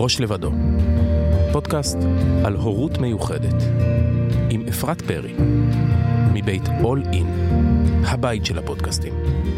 ראש לבדו, פודקאסט על הורות מיוחדת, עם אפרת פרי, מבית All In, הבית של הפודקאסטים.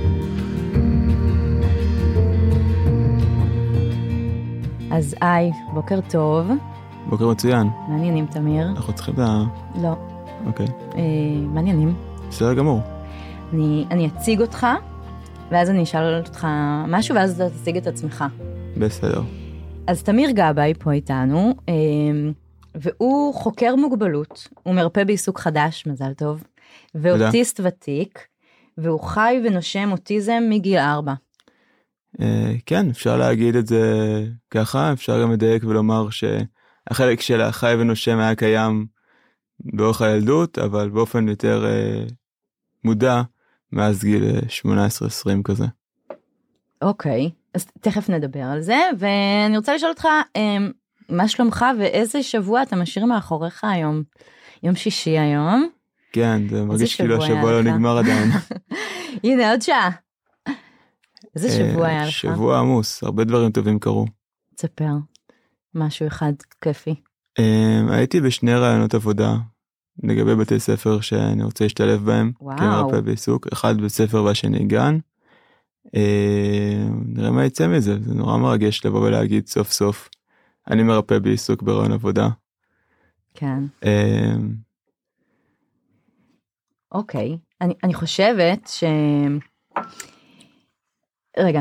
אז בוקר טוב. בוקר מצוין. מעניינים, תמיר? אנחנו צריכים לא. אוקיי. מעניינים. בסדר גמור. אני אציג אותך, ואז אני אשאל אותך משהו, ואז אתה תציג את עצמך. בסדר. אז תמיר גבאי פה איתנו, והוא חוקר מוגבלות, הוא מרפא בעיסוק חדש, מזל טוב, ואוטיסט ותיק, והוא חי ונושם אוטיזם מגיל 4. כן, אפשר להגיד את זה ככה, אפשר גם לדייק ולומר שהחלק של החי ונושם היה קיים באורך הילדות, אבל באופן יותר מודע מאז גיל 18-20 כזה. אוקיי, אז תכף נדבר על זה, ואני רוצה לשאול אותך, מה שלומך ואיזה שבוע אתה משאיר מאחוריך היום? יום שישי היום. כן, זה מרגיש כאילו השבוע לא נגמר עדיין. הנה, עוד שעה. איזה שבוע היה לך? שבוע עמוס, הרבה דברים טובים קרו. תספר, משהו אחד כיפי. הייתי בשני רעיונות עבודה, לגבי בתי ספר שאני רוצה להשתלב בהם, כמרפא בעיסוק, אחד בית ספר והשני גן. נראה מה יצא מזה, זה נורא מרגש לבוא ולהגיד סוף סוף, אני מרפא בעיסוק ברעיון עבודה. כן. אוקיי, אני חושבת רגע.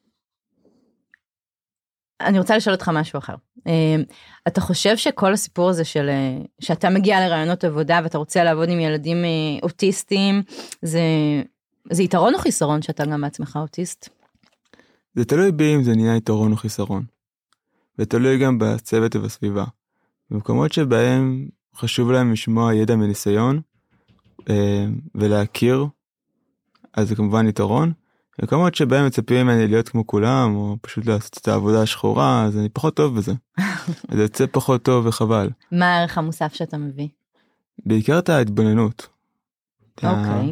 אני רוצה לשאול אותך משהו אחר. אתה חושב שכל הסיפור הזה שאתה מגיע לרעיונות עבודה ואתה רוצה לעבוד עם ילדים אוטיסטים, זה יתרון או חיסרון שאתה גם בעצמך אוטיסט? זה תלוי בי אם זה נהיה יתרון או חיסרון. ותלוי גם בצוות ובסביבה. במקומות שבהם חשוב להם לשמוע ידע מניסיון ולהכיר, אז זה כמובן יתרון. במקומות שבהם מצפים ממני להיות כמו כולם, או פשוט לעשות את העבודה השחורה, אז אני פחות טוב בזה. זה יוצא פחות טוב וחבל. מה הערך המוסף שאתה מביא? בעיקר את ההתבוננות. אוקיי.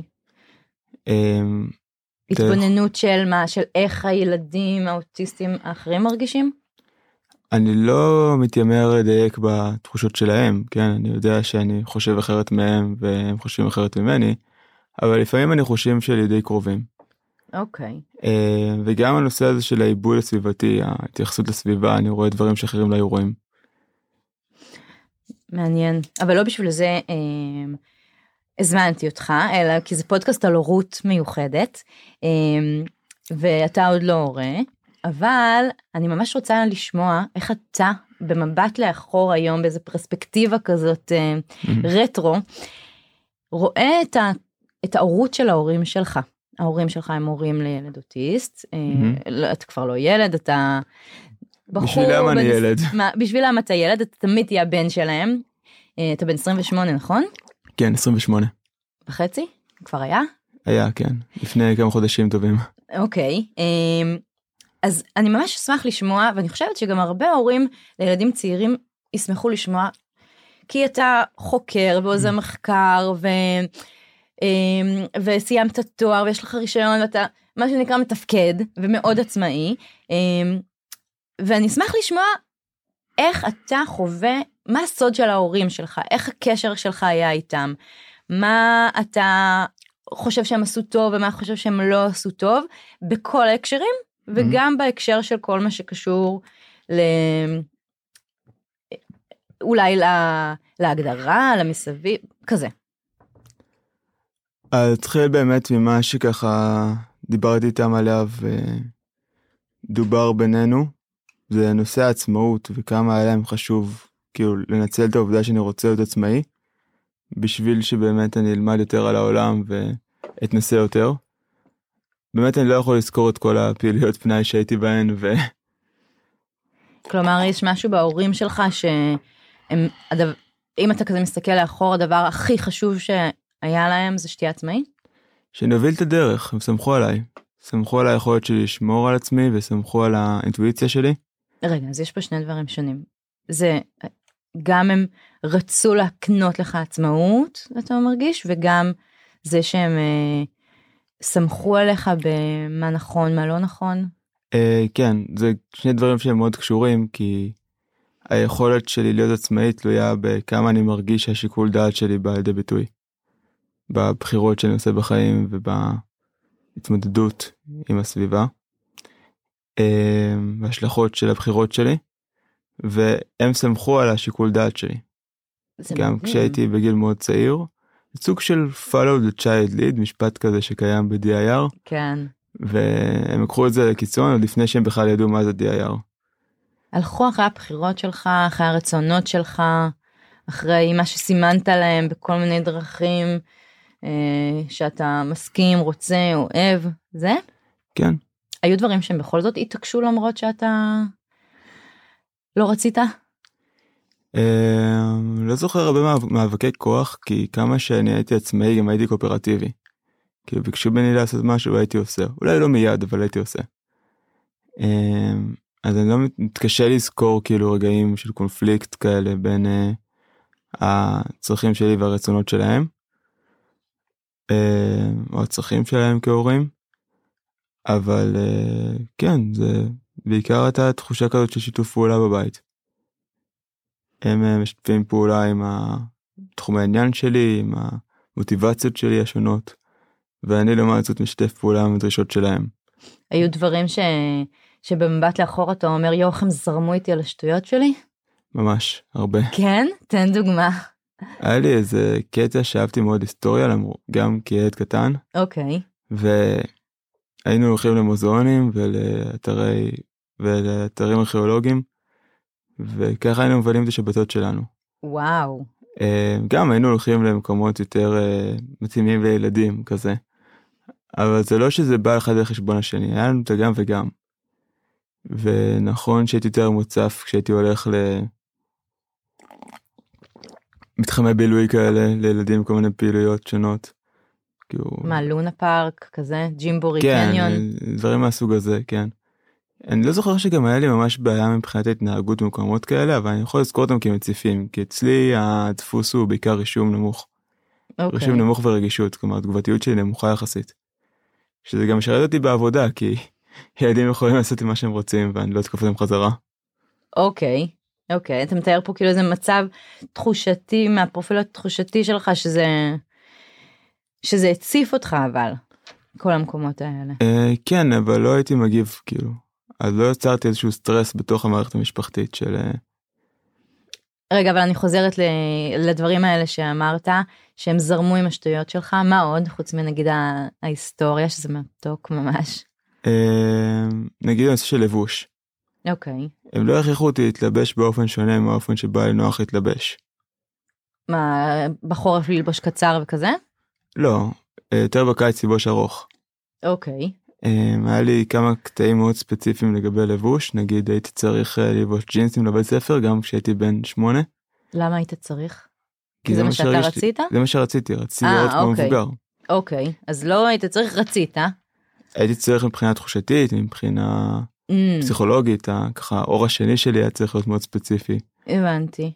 התבוננות של מה? של איך הילדים האוטיסטים האחרים מרגישים? אני לא מתיימר לדייק בתחושות שלהם, כן? אני יודע שאני חושב אחרת מהם, והם חושבים אחרת ממני, אבל לפעמים אני חושב של ידי קרובים. אוקיי. וגם הנושא הזה של העיבוד הסביבתי, ההתייחסות לסביבה, אני רואה דברים שאחרים לא רואים. מעניין, אבל לא בשביל זה הזמנתי אותך, אלא כי זה פודקאסט על הורות מיוחדת, ואתה עוד לא הורה, אבל אני ממש רוצה לשמוע איך אתה במבט לאחור היום, באיזו פרספקטיבה כזאת רטרו, רואה את ההורות של ההורים שלך. ההורים שלך הם הורים לילד אוטיסט, אתה כבר לא ילד, אתה בחור. בשבילם אני ילד. בשבילם אתה ילד, אתה תמיד תהיה הבן שלהם. אתה בן 28, נכון? כן, 28. וחצי? כבר היה? היה, כן. לפני כמה חודשים טובים. אוקיי. אז אני ממש אשמח לשמוע, ואני חושבת שגם הרבה הורים לילדים צעירים ישמחו לשמוע, כי אתה חוקר ועושה מחקר וסיימת תואר ויש לך רישיון ואתה מה שנקרא מתפקד ומאוד עצמאי, ואני אשמח לשמוע איך אתה חווה, מה הסוד של ההורים שלך, איך הקשר שלך היה איתם, מה אתה חושב שהם עשו טוב ומה חושב שהם לא עשו טוב, בכל ההקשרים וגם בהקשר של כל מה שקשור אולי להגדרה, למסביב, כזה. אז התחיל באמת ממה שככה דיברתי איתם עליו ודובר בינינו, זה נושא העצמאות וכמה היה להם חשוב כאילו לנצל את העובדה שאני רוצה להיות עצמאי, בשביל שבאמת אני אלמד יותר על העולם ואתנסה יותר. באמת אני לא יכול לזכור את כל הפעילויות פנאי שהייתי בהן כלומר יש משהו בהורים שלך שהם, אם אתה כזה מסתכל לאחור, הדבר הכי חשוב היה להם זה שתהיה עצמאי? שנוביל את הדרך, הם סמכו עליי. סמכו על היכולת שלי לשמור על עצמי, וסמכו על האינטואיציה שלי. רגע, אז יש פה שני דברים שונים. זה, גם הם רצו להקנות לך עצמאות, אתה מרגיש, וגם זה שהם סמכו עליך במה נכון, מה לא נכון? כן, זה שני דברים שהם מאוד קשורים, כי היכולת שלי להיות עצמאית תלויה בכמה אני מרגיש שהשיקול דעת שלי בא לידי ביטוי. בבחירות שאני עושה בחיים ובהתמודדות עם הסביבה. וההשלכות של הבחירות שלי. והם סמכו על השיקול דעת שלי. גם כשהייתי בגיל מאוד צעיר. סוג של follow the child lead, משפט כזה שקיים ב-DIR. כן. והם לקחו את זה לקיצון עוד לפני שהם בכלל ידעו מה זה DIR. הלכו אחרי הבחירות שלך, אחרי הרצונות שלך, אחרי מה שסימנת להם בכל מיני דרכים, שאתה מסכים, רוצה, אוהב, זה? כן. היו דברים שהם בכל זאת התעקשו למרות שאתה לא רצית? לא זוכר הרבה מאבקי כוח, כי כמה שאני הייתי עצמאי גם הייתי קואופרטיבי. כאילו ביקשו ממני לעשות משהו והייתי עושה. אולי לא מיד, אבל הייתי עושה. אז אני לא מתקשה לזכור כאילו רגעים של קונפליקט כאלה בין הצרכים שלי והרצונות שלהם. או הצרכים שלהם כהורים. אבל כן, זה בעיקר הייתה תחושה כזאת של שיתוף פעולה בבית. הם משתפים פעולה עם תחומי העניין שלי, עם המוטיבציות שלי השונות, ואני לעומת זאת משתף פעולה עם הדרישות שלהם. היו דברים שבמבט לאחור אתה אומר, יו, איך הם זרמו איתי על השטויות שלי? ממש, הרבה. כן? תן דוגמה. היה לי איזה קטע שאהבתי מאוד היסטוריה, גם כילד קטן. אוקיי. והיינו הולכים למוזיאונים ולאתרים ארכיאולוגיים, וככה היינו מבלים את השבתות שלנו. וואו. גם היינו הולכים למקומות יותר מתאימים לילדים כזה. אבל זה לא שזה בא אחד לחשבון השני, היה לנו את הגם וגם. ונכון שהייתי יותר מוצף כשהייתי הולך מתחמי בילוי כאלה, לילדים כל מיני פעילויות שונות. מה, לונה פארק כזה? ג'ימבורי, כן, קניון? כן, דברים מהסוג הזה, כן. אני לא זוכר שגם היה לי ממש בעיה מבחינת ההתנהגות במקומות כאלה, אבל אני יכול לזכור אותם כמציפים, כי אצלי הדפוס הוא בעיקר רישום נמוך. אוקיי. רישום נמוך ורגישות, כלומר, התגובתיות שלי נמוכה יחסית. שזה גם משרת אותי בעבודה, כי ילדים יכולים לעשות עם מה שהם רוצים, ואני לא אתקוף אותם חזרה. אוקיי, אוקיי. אתה מתאר פה כאילו איזה מצב תחושתי, מהפרופיל התחושתי שלך, שזה הציף אותך, אבל, כל המקומות האלה. כן, אבל לא הייתי מגיב, כאילו. אז לא יצרתי איזשהו סטרס בתוך המערכת המשפחתית של... רגע, אבל אני חוזרת לדברים האלה שאמרת, שהם זרמו עם השטויות שלך. מה עוד? חוץ מנגיד ההיסטוריה, שזה מתוק ממש. נגיד הנושא של לבוש. אוקיי. הם לא הכריחו אותי להתלבש באופן שונה מהאופן שבא לי נוח להתלבש. מה, בחורף ללבוש קצר וכזה? לא, יותר בקיץ ללבוש ארוך. אוקיי. היה לי כמה קטעים מאוד ספציפיים לגבי לבוש, נגיד הייתי צריך ללבוש ג'ינסים לבית ספר גם כשהייתי בן 8. למה היית צריך? כי זה מה שאתה רצית? זה מה שרציתי לראות כמו מבוגר. אוקיי, אז לא היית צריך, רצית? הייתי צריך מבחינה תחושתית, מבחינה פסיכולוגית, ככה האור השני שלי היה צריך להיות מאוד ספציפי. הבנתי.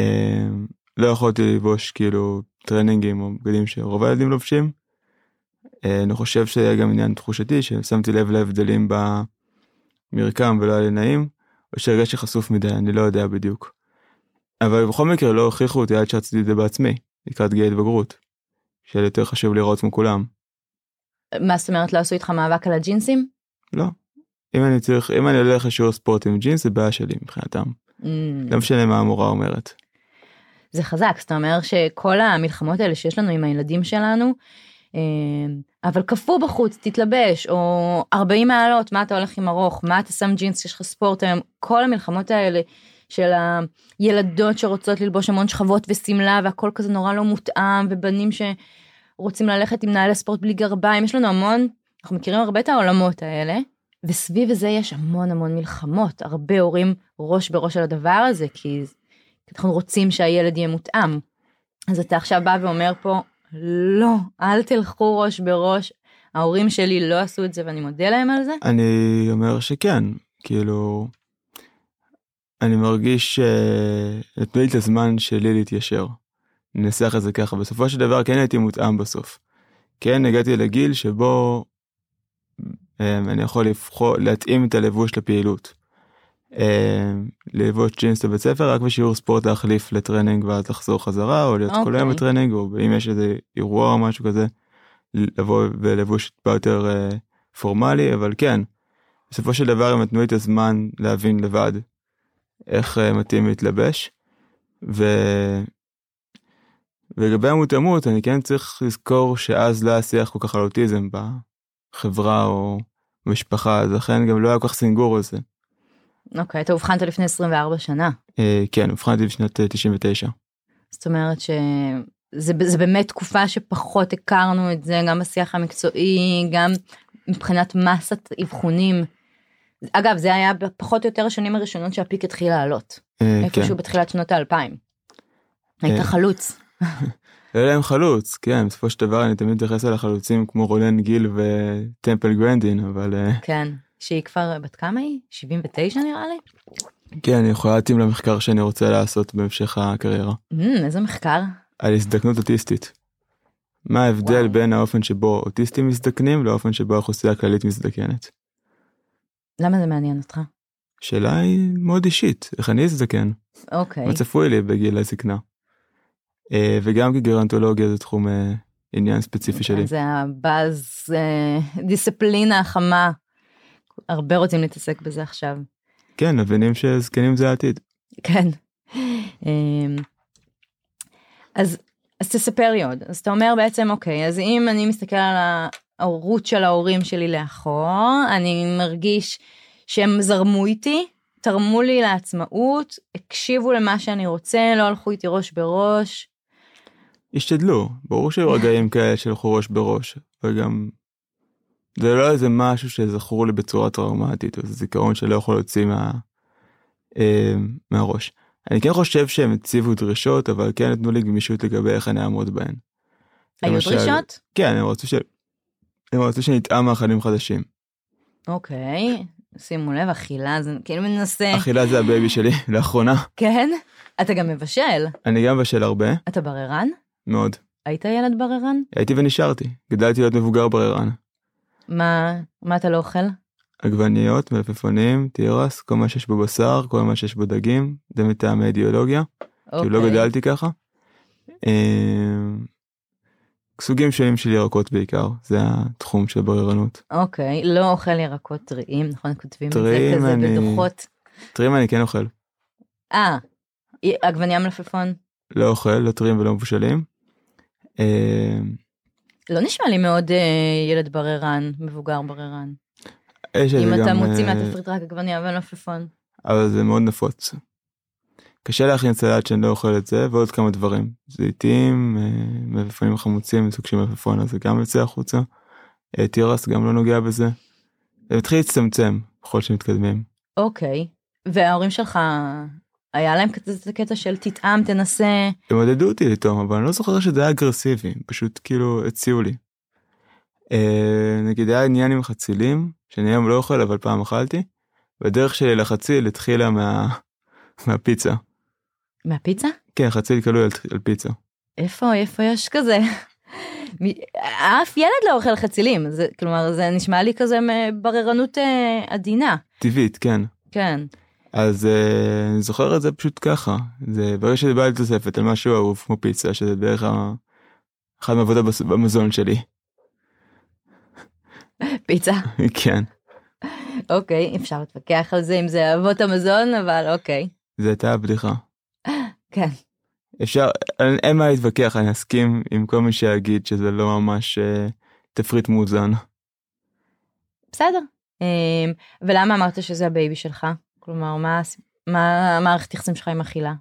לא יכולתי ללבוש כאילו טרנינגים או בגדים שרוב הילדים לובשים. אני חושב שהיה גם עניין תחושתי, ששמתי לב להבדלים במרקם ולא היה לי נעים, או שהרגשתי חשוף מדי, אני לא יודע בדיוק. אבל בכל מקרה לא הוכיחו אותי עד שרציתי את זה בעצמי, לקראת גיל התבגרות, שהיה יותר חשוב לראות כמו כולם. מה זאת אומרת, לא עשו איתך מאבק על הג'ינסים? לא. אם אני הולך לשיעור ספורט עם ג'ינס, זה בעיה שלי מבחינתם. לא משנה מה המורה אומרת. זה חזק, זאת אומרת שכל המלחמות האלה שיש לנו עם הילדים שלנו, אבל כפו בחוץ, תתלבש, או 40 מעלות, מה אתה הולך עם ארוך, מה אתה שם ג'ינס, יש לך ספורט היום, כל המלחמות האלה של הילדות שרוצות ללבוש המון שכבות וסמלה, והכל כזה נורא לא מותאם, ובנים שרוצים ללכת עם נעלי ספורט בלי גרביים, יש לנו המון, אנחנו מכירים הרבה את העולמות האלה, וסביב זה יש המון המון מלחמות, הרבה הורים ראש בראש על הדבר הזה, כי אנחנו רוצים שהילד יהיה מותאם. אז אתה עכשיו בא ואומר פה, לא, אל תלכו ראש בראש, ההורים שלי לא עשו את זה ואני מודה להם על זה? אני אומר שכן, כאילו, אני מרגיש שנתנו לי את הזמן שלי להתיישר. ננסח את זה ככה, בסופו של דבר כן הייתי מותאם בסוף. כן, הגעתי לגיל שבו אני יכול להתאים את הלבוש לפעילות. ללבוש ג'ינס לבית ספר, רק בשיעור ספורט להחליף לטרנינג ואז לחזור חזרה, או להיות כל היום בטרנינג, או אם יש איזה אירוע או משהו כזה, לבוא ולבוש טיפה יותר פורמלי, אבל כן, בסופו של דבר הם נתנו לי את הזמן להבין לבד איך מתאים להתלבש, ולגבי המותאמות, אני כן צריך לזכור שאז לא היה שיח כל כך על אוטיזם בחברה או במשפחה, אז לכן גם לא היה כל כך סינגור על זה. אוקיי, אתה הובחנת לפני 24 שנה. כן, הובחנתי בשנת 99. זאת אומרת שזה באמת תקופה שפחות הכרנו את זה, גם בשיח המקצועי, גם מבחינת מסת אבחונים. אגב, זה היה פחות או יותר השנים הראשונות שהפיק התחיל לעלות. איפשהו בתחילת שנות ה-2000. היית חלוץ. לא היה להם חלוץ, כן, בסופו של דבר אני תמיד מתייחס על החלוצים כמו רולן גיל וטמפל גרנדין, אבל... כן, שהיא כבר בת כמה היא? 79 נראה לי? כן, אני יכולה להתאים למחקר שאני רוצה לעשות בהמשך הקריירה. איזה מחקר? על הזדקנות אוטיסטית. מה ההבדל בין האופן שבו אוטיסטים מזדקנים לאופן שבו האוכלוסייה הכללית מזדקנת? למה זה מעניין אותך? שאלה היא מאוד אישית, איך אני אזדקן? אוקיי. מה צפוי לי בגיל הזקנה? וגם כגרנטולוגיה זה תחום עניין ספציפי שלי. זה הבאז, דיסציפלינה החמה. הרבה רוצים להתעסק בזה עכשיו. כן, מבינים שזקנים זה העתיד. כן. אז תספר לי עוד. אז אתה אומר בעצם, אוקיי, אז אם אני מסתכל על ההורות של ההורים שלי לאחור, אני מרגיש שהם זרמו איתי, תרמו לי לעצמאות, הקשיבו למה שאני רוצה, לא הלכו איתי ראש בראש. השתדלו, ברור שהיו רגעים כאלה שהלכו ראש בראש, וגם זה לא איזה משהו שזכרו לי בצורה טראומטית, או זה זיכרון שלא יכול להוציא מהראש. אני כן חושב שהם הציבו דרישות, אבל כן נתנו לי גמישות לגבי איך אני אעמוד בהן. היו דרישות? כן, הם רצו שנתאם מאכלים חדשים. אוקיי, שימו לב, אכילה זה כאילו מנסה... אכילה זה הבייבי שלי, לאחרונה. כן? אתה גם מבשל. אני גם מבשל הרבה. אתה בררן? מאוד. היית ילד בררן? הייתי ונשארתי, גדלתי להיות מבוגר בררן. מה אתה לא אוכל? עגבניות, מלפפונים, תירס, כל מה שיש בו בשר, כל מה שיש בו דגים, זה מטעמי אידיאולוגיה, כי לא גדלתי ככה. סוגים שונים של ירקות בעיקר, זה התחום של בררנות. אוקיי, לא אוכל ירקות טריים, נכון? כותבים את זה כזה בדוחות. טריים אני כן אוכל. עגבניה מלפפון? לא אוכל, לא טריים ולא מבושלים. לא נשמע לי מאוד ילד בררן, מבוגר בררן. אם אתה מוציא מהתפריט רק עגבניה ומלפפון. אבל זה מאוד נפוץ. קשה להכין סלט שאני לא אוכל את זה, ועוד כמה דברים. זיתים, מלפפונים חמוצים, סוג של מלפפון, אז זה גם יוצא החוצה. תירס גם לא נוגע בזה. זה מתחיל להצטמצם, בכל שמתקדמים. אוקיי. וההורים שלך, היה להם כזה קטע של תטעם, תנסה... הם עודדו אותי לטעום, אבל אני לא זוכר שזה היה אגרסיבי, פשוט כאילו הציעו לי. נגיד היה עניין עם חצילים, שאני היום לא אוכל, אבל פעם אכלתי, והדרך שלי לחציל התחילה מהפיצה. מהפיצה? כן, חציל קלוי על פיצה. איפה יש כזה? אף ילד לא אוכל חצילים, כלומר זה נשמע לי כזה בררנות עדינה. טבעית, כן. כן. אז אני זוכר את זה פשוט ככה, זה ברגע שזה בא לי תוספת על משהו אהוב כמו פיצה, שזה בערך אחד מעבודה במזון שלי. פיצה? כן. אוקיי, אפשר להתווכח על זה אם זה אהבות המזון, אבל אוקיי. זה הייתה הבדיחה. כן. אפשר, אין מה להתווכח, אני אסכים עם כל מי שיגיד שזה לא ממש תפריט מאוזן. בסדר. ולמה אמרת שזה הבייבי שלך? כלומר, מה מערכת יחסים שלך עם אכילה?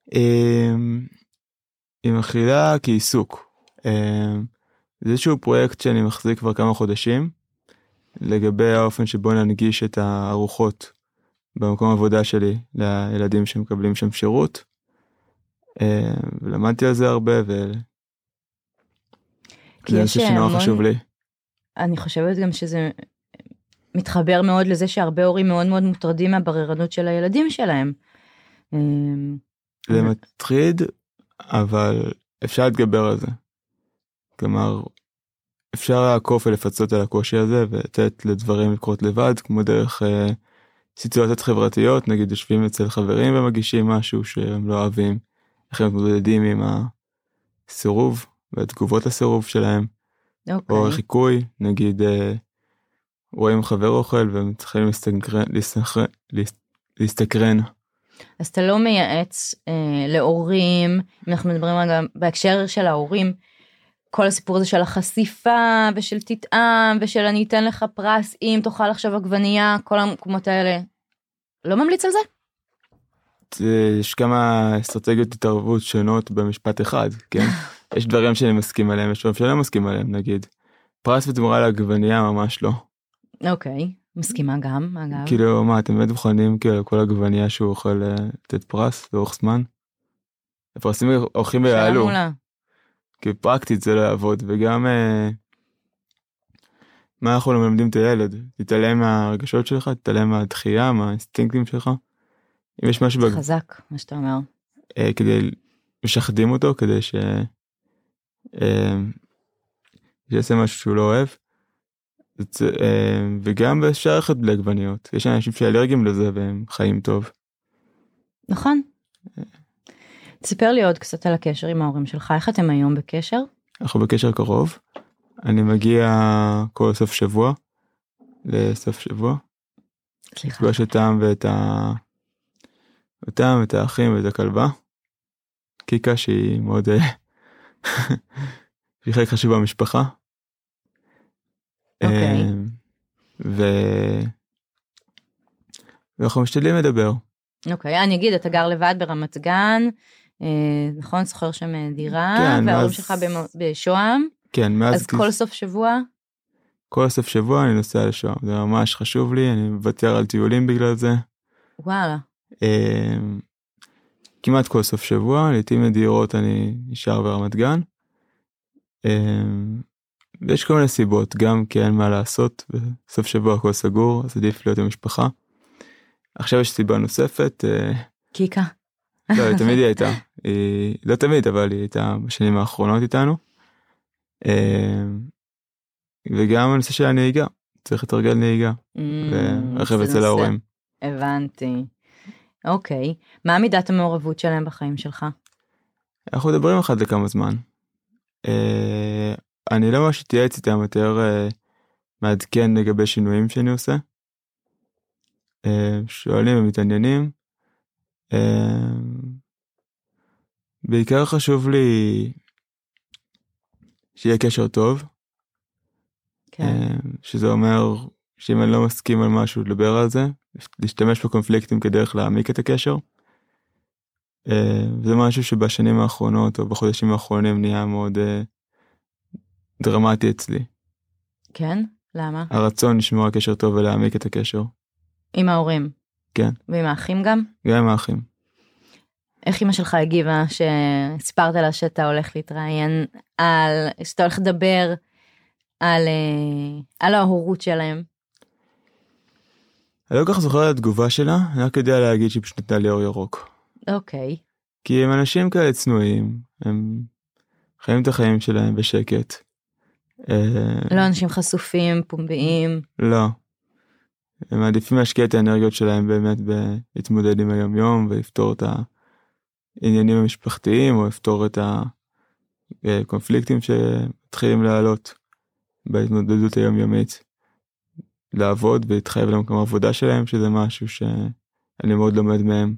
עם אכילה כעיסוק. זה איזשהו פרויקט שאני מחזיק כבר כמה חודשים, לגבי האופן שבו ננגיש את הארוחות במקום העבודה שלי לילדים שמקבלים שם שירות. ולמדתי על זה הרבה, וזה נושא שנורא חשוב לי. אני חושבת גם שזה מתחבר מאוד לזה שהרבה הורים מאוד מאוד מוטרדים מהבררנות של הילדים שלהם. זה מטריד, אבל אפשר להתגבר על זה. כלומר, אפשר לעקוף ולפצות על הקושי הזה, ולתת לדברים לקרות לבד, כמו דרך סיטואציות חברתיות, נגיד יושבים אצל חברים ומגישים משהו שהם לא אוהבים, איך הם מתמודדים עם הסירוב והתגובות לסירוב שלהם, או חיקוי, נגיד רואים חבר אוכל והם צריכים להסתקרן. אז אתה לא מייעץ להורים, אם אנחנו מדברים גם בהקשר של ההורים, כל הסיפור הזה של החשיפה ושל תטעם ושל אני אתן לך פרס אם תאכל עכשיו עגבנייה, כל המקומות האלה, לא ממליץ על זה? יש כמה אסטרטגיות התערבות שונות במשפט אחד, כן? יש דברים שאני מסכים עליהם, יש דברים שאני לא מסכים עליהם, נגיד. פרס ותמורה לעגבנייה ממש לא. אוקיי, מסכימה גם, אגב. כאילו, מה, אתם באמת מוכנים כאילו כל עגבנייה שהוא אוכל לתת פרס לאורך זמן? הפרסים הולכים ויעלו. כי פרקטית זה לא יעבוד, וגם מה אנחנו מלמדים את הילד? תתעלם מהרגשות שלך, תתעלם מהדחייה, מהאינסטינקטים שלך. אם יש משהו... חזק, מה שאתה אומר. כדי משחדים אותו, כדי שיעשה משהו שהוא לא אוהב. וגם אפשר ללכת בלי עגבניות. יש אנשים שאלרגיים לזה והם חיים טוב. נכון. תספר לי עוד קצת על הקשר עם ההורים שלך. איך אתם היום בקשר? אנחנו בקשר קרוב. אני מגיע כל סוף שבוע. לסוף שבוע. סליחה. פגוש אותם את האחים ואת הכלבה. קיקה שהיא מאוד... היא חלק חשוב במשפחה. אוקיי. ואנחנו משתדלים לדבר. אוקיי, אני אגיד, אתה גר לבד ברמת גן, נכון? זוכר שם דירה, וההורים שלך בשוהם. כן, מאז... אז כל סוף שבוע? כל סוף שבוע אני נוסע לשוהם, זה ממש חשוב לי, אני מוותר על טיולים בגלל זה. וואלה. כמעט כל סוף שבוע, לעתים נדירות אני נשאר ברמת גן. ויש כל מיני סיבות, גם כי אין מה לעשות, בסוף שבוע הכל סגור, אז עדיף להיות עם משפחה. עכשיו יש סיבה נוספת. קיקה. לא, היא תמיד הייתה. לא תמיד, אבל היא הייתה בשנים האחרונות איתנו. וגם הנושא של הנהיגה. צריך לתרגל נהיגה. ורכב אצל ההורים. הבנתי. אוקיי. מה מידת המעורבות שלהם בחיים שלך? אנחנו מדברים אחד לכמה זמן. אני לא ממש אתייעץ איתם יותר מעדכן לגבי שינויים שאני עושה. שואלים ומתעניינים. בעיקר חשוב לי שיהיה קשר טוב. כן. שזה אומר שאם אני לא מסכים על משהו לדבר על זה, להשתמש בקונפליקטים כדרך להעמיק את הקשר. זה משהו שבשנים האחרונות או בחודשים האחרונים נהיה מאוד דרמטי אצלי. כן? למה? הרצון לשמור על קשר טוב ולהעמיק את הקשר. עם ההורים? כן. ועם האחים גם? גם עם האחים. איך אמא שלך הגיבה שסיפרת לה שאתה הולך להתראיין שאתה הולך לדבר על ההורות שלהם? אני לא כל כך זוכר על התגובה שלה, אני רק יודע להגיד שהיא פשוט נתנה לי אור ירוק. אוקיי. כי הם אנשים כאלה צנועים, הם חיים את החיים שלהם בשקט. לא אנשים חשופים, פומביים. לא. הם מעדיפים להשקיע את האנרגיות שלהם באמת בהתמודד עם היום יום, ולפתור את העניינים המשפחתיים, או לפתור את הקונפליקטים שמתחילים לעלות בהתמודדות היומיומית. לעבוד ולהתחייב למקום העבודה שלהם, שזה משהו שאני מאוד לומד מהם.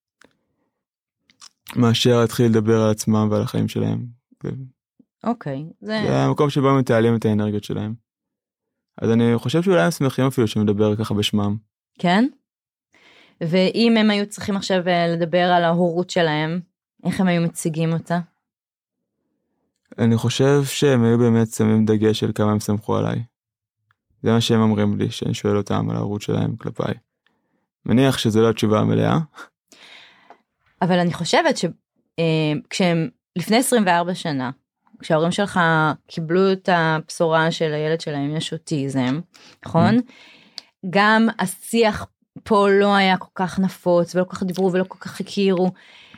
מאשר להתחיל לדבר על עצמם ועל החיים שלהם. אוקיי. זה המקום שבו הם מתעלים את האנרגיות שלהם. אז אני חושב שאולי הם שמחים אפילו שמדבר ככה בשמם. כן? ואם הם היו צריכים עכשיו לדבר על ההורות שלהם, איך הם היו מציגים אותה? אני חושב שהם היו באמת שמים דגש על כמה הם סמכו עליי. זה מה שהם אומרים לי, שאני שואל אותם על ההורות שלהם כלפיי. מניח שזו לא התשובה המלאה. אבל אני חושבת שכשהם לפני 24 שנה, כשההורים שלך קיבלו את הבשורה של הילד שלהם יש אוטיזם, נכון? גם השיח פה לא היה כל כך נפוץ, ולא כל כך דיברו ולא כל כך הכירו,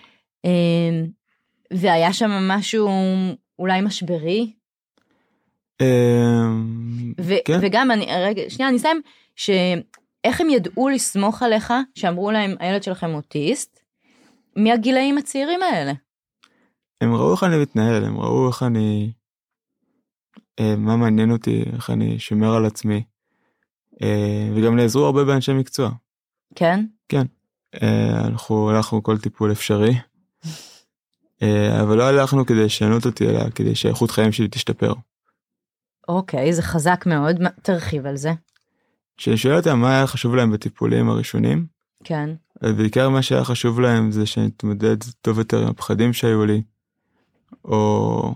והיה שם משהו אולי משברי. כן. וגם, רגע, שנייה, אני אסיים, איך הם ידעו לסמוך עליך, שאמרו להם, הילד שלכם אוטיסט, מהגילאים הצעירים האלה? הם ראו איך אני מתנהל, הם ראו איך אני, מה מעניין אותי, איך אני שומר על עצמי, וגם נעזרו הרבה באנשי מקצוע. כן? כן. הלכנו כל טיפול אפשרי, אבל לא הלכנו כדי לשנות אותי, אלא כדי שהאיכות חיים שלי תשתפר. אוקיי, זה חזק מאוד, תרחיב על זה. כשאני שואל אותם מה היה חשוב להם בטיפולים הראשונים, כן. בעיקר מה שהיה חשוב להם זה שאני אתמודד טוב יותר עם הפחדים שהיו לי, או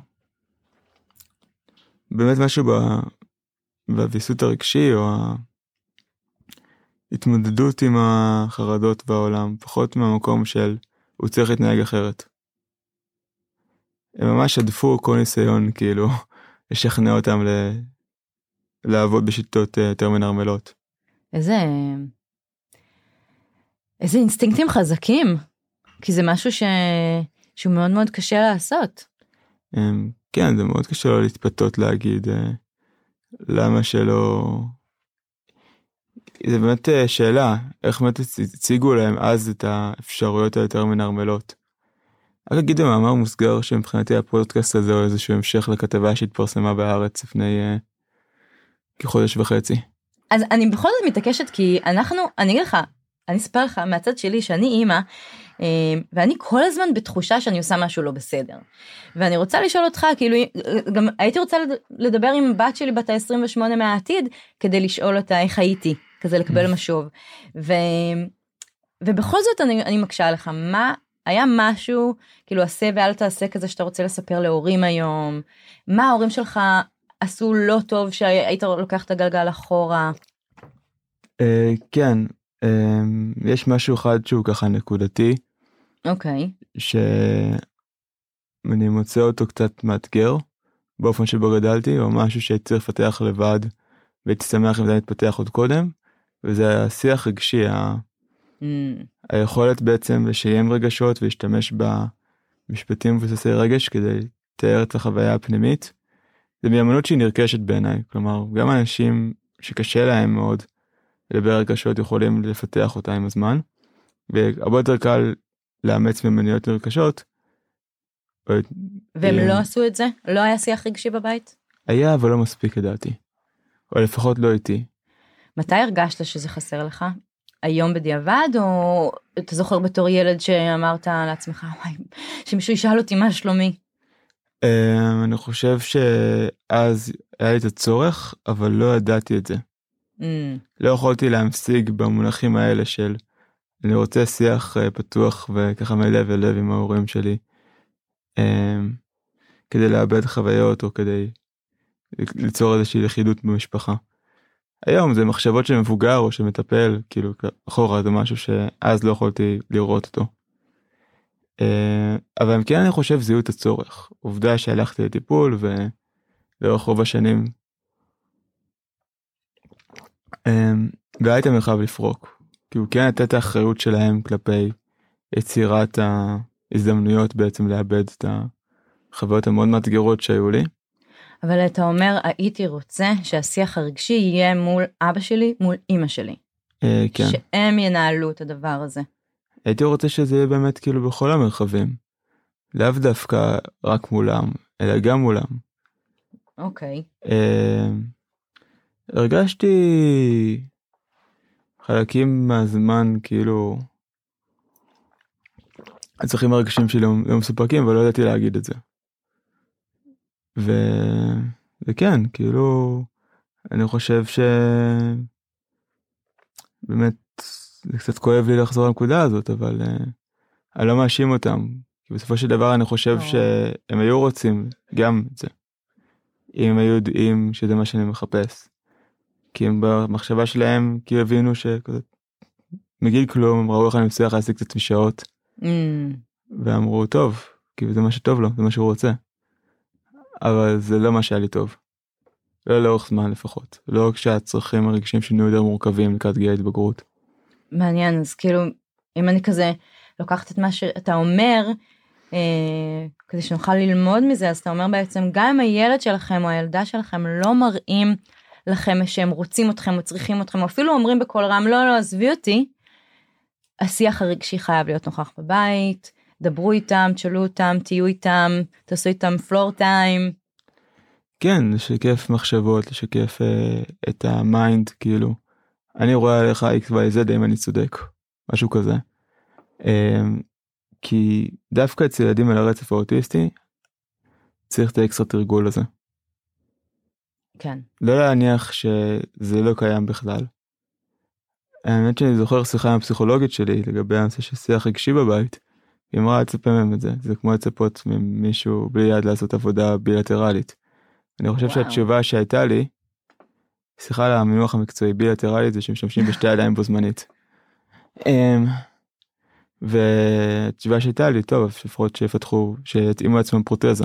באמת משהו בוויסות הרגשי, או ההתמודדות עם החרדות בעולם, פחות מהמקום של הוא צריך להתנהג אחרת. הם ממש עדפו כל ניסיון כאילו לשכנע אותם לעבוד בשיטות יותר מנרמלות. איזה אינסטינקטים חזקים, כי זה משהו שהוא מאוד מאוד קשה לעשות. כן, זה מאוד קשה לא להתפתות להגיד למה שלא... זה באמת שאלה, איך באמת הציגו להם אז את האפשרויות היותר מנרמלות. רק אגיד במאמר מוסגר שמבחינתי הפודקאסט הזה הוא איזשהו המשך לכתבה שהתפרסמה בארץ לפני כחודש וחצי. אז אני בכל זאת מתעקשת כי אני אגיד לך, אני אספר לך מהצד שלי שאני אימא, ואני כל הזמן בתחושה שאני עושה משהו לא בסדר. ואני רוצה לשאול אותך, כאילו, גם הייתי רוצה לדבר עם בת שלי בת ה-28 מהעתיד, כדי לשאול אותה איך הייתי, כזה לקבל משוב. ובכל זאת אני מקשה לך, מה היה משהו, כאילו עשה ואל תעשה כזה שאתה רוצה לספר להורים היום, מה ההורים שלך עשו לא טוב שהיית לוקח את הגלגל אחורה? כן, יש משהו אחד שהוא ככה נקודתי. אוקיי. שאני מוצא אותו קצת מאתגר, באופן שבו גדלתי, או משהו שהייתי צריך לפתח לבד, והייתי שמח אם זה מתפתח עוד קודם, וזה השיח רגשי, היכולת בעצם לשיים רגשות ולהשתמש במשפטים מבוססי רגש כדי לתאר את החוויה הפנימית. זה מיומנות שהיא נרכשת בעיניי, כלומר גם אנשים שקשה להם מאוד לדבר רגשות יכולים לפתח אותה עם הזמן, והרבה יותר קל לאמץ ממניות נרכשות. והם לא עשו את זה? לא היה שיח רגשי בבית? היה, אבל לא מספיק לדעתי, או לפחות לא איתי. מתי הרגשת שזה חסר לך? היום בדיעבד, או אתה זוכר בתור ילד שאמרת לעצמך, וואי, שמישהו ישאל אותי מה שלומי? אני חושב שאז היה לי את הצורך, אבל לא ידעתי את זה. לא יכולתי להמשיג במונחים האלה של אני רוצה שיח פתוח וככה מלב אל לב עם ההורים שלי, כדי לאבד חוויות או כדי ליצור איזושהי לכידות במשפחה. היום זה מחשבות של מבוגר או של מטפל, כאילו אחורה זה משהו שאז לא יכולתי לראות אותו. אבל כן אני חושב זיהו את הצורך. עובדה שהלכתי לטיפול ולאורך רוב השנים והיה את המרחב לפרוק. כאילו כן הייתה את האחריות שלהם כלפי יצירת ההזדמנויות בעצם לאבד את החוויות המאוד מאתגרות שהיו לי. אבל אתה אומר, הייתי רוצה שהשיח הרגשי יהיה מול אבא שלי, מול אמא שלי. כן. שהם ינהלו את הדבר הזה. הייתי רוצה שזה יהיה באמת כאילו בכל המרחבים. לאו דווקא רק מולם, אלא גם מולם. אוקיי. הרגשתי חלקים מהזמן כאילו הצרכים הרגשים שלי לא מסופקים, אבל לא ידעתי להגיד את זה. וכן, כאילו אני חושב באמת זה קצת כואב לי לחזור לנקודה הזאת, אבל אני לא מאשים אותם, כי בסופו של דבר אני חושב שהם היו רוצים גם את זה, אם הם היו יודעים שזה מה שאני מחפש, כי הם במחשבה שלהם כאילו הבינו שמגיל כלום הם ראו איך אני מצליח להשיג את עצמי שעות, ואמרו טוב, כי זה מה שטוב לו, זה מה שהוא רוצה, אבל זה לא מה שהיה לי טוב, לא לאורך זמן לפחות, לא כשהצרכים הרגשיים שלי יותר מורכבים לקראת גיל ההתבגרות. מעניין, אז כאילו, אם אני כזה לוקחת את מה שאתה אומר, כדי שנוכל ללמוד מזה, אז אתה אומר בעצם, גם אם הילד שלכם או הילדה שלכם לא מראים לכם שהם רוצים אתכם או צריכים אתכם, או אפילו אומרים בכל רם, לא, לא, עזבי אותי, השיח הרגשי חייב להיות נוכח בבית, דברו איתם, תשאלו אותם, תהיו איתם, תעשו איתם פלור טיים. כן, לשקף מחשבות, לשקף את המיינד, כאילו, אני רואה עליך XYZ אם אני צודק, משהו כזה. כי דווקא אצל ילדים על הרצף האוטיסטי, צריך את האקסטרה תרגול הזה. כן. לא להניח שזה לא קיים בכלל. האמת שאני זוכר שיחה עם הפסיכולוגית שלי לגבי הנושא של שיח רגשי בבית, היא אמרה לצפה מהם את זה, זה כמו לצפות ממישהו בלי יד לעשות עבודה בילטרלית. אני חושב שהתשובה שהייתה לי, שיחה על המינוח המקצועי בילטרלית, זה שמשתמשים בשתי ידיים בו זמנית. והתשובה שהייתה לי, טוב, לפחות שיפתחו, שיתאימו לעצמם פרוטזה.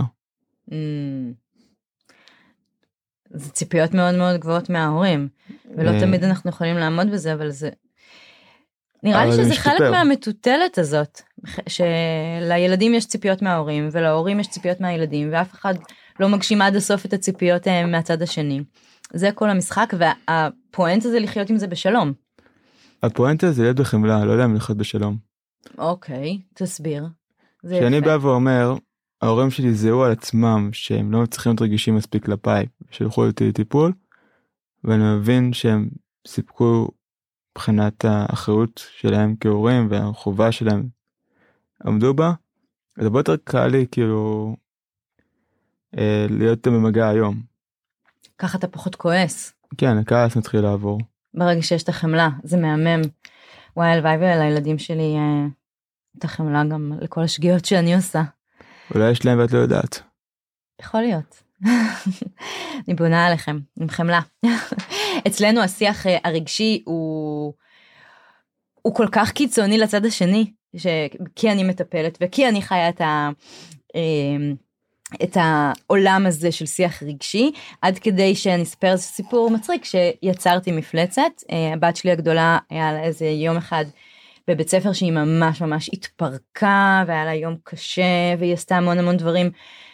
זה ציפיות מאוד מאוד גבוהות מההורים, ולא תמיד אנחנו יכולים לעמוד בזה, אבל זה... נראה לי שזה חלק מהמטוטלת הזאת, שלילדים יש ציפיות מההורים, ולהורים יש ציפיות מהילדים, ואף אחד לא מגשים עד הסוף את הציפיות מהצד השני. זה כל המשחק, והפואנטה זה לחיות עם זה בשלום. הפואנטה זה להיות בחמלה, לא יודע אם לחיות בשלום. אוקיי, תסביר. כשאני בא ואומר, ההורים שלי זהו על עצמם שהם לא צריכים להיות רגישים מספיק כלפיי, שלחו אותי לטיפול, ואני מבין שהם סיפקו מבחינת האחריות שלהם כהורים והחובה שלהם עמדו בה, אז הרבה יותר קל לי כאילו להיות במגע היום. ככה אתה פחות כועס. כן, הכעס מתחיל לעבור. ברגע שיש את החמלה, זה מהמם. וואי, הלוואי ולילדים שלי את החמלה גם לכל השגיאות שאני עושה. אולי יש להם ואת לא יודעת. יכול להיות. אני בונה עליכם, עם חמלה. אצלנו השיח הרגשי הוא כל כך קיצוני לצד השני, כי אני מטפלת וכי אני חיה את העולם הזה של שיח רגשי, עד כדי שאני אספר סיפור מצחיק שיצרתי מפלצת. הבת שלי הגדולה היה לה איזה יום אחד בבית ספר שהיא ממש ממש התפרקה, והיה לה יום קשה, והיא עשתה המון המון דברים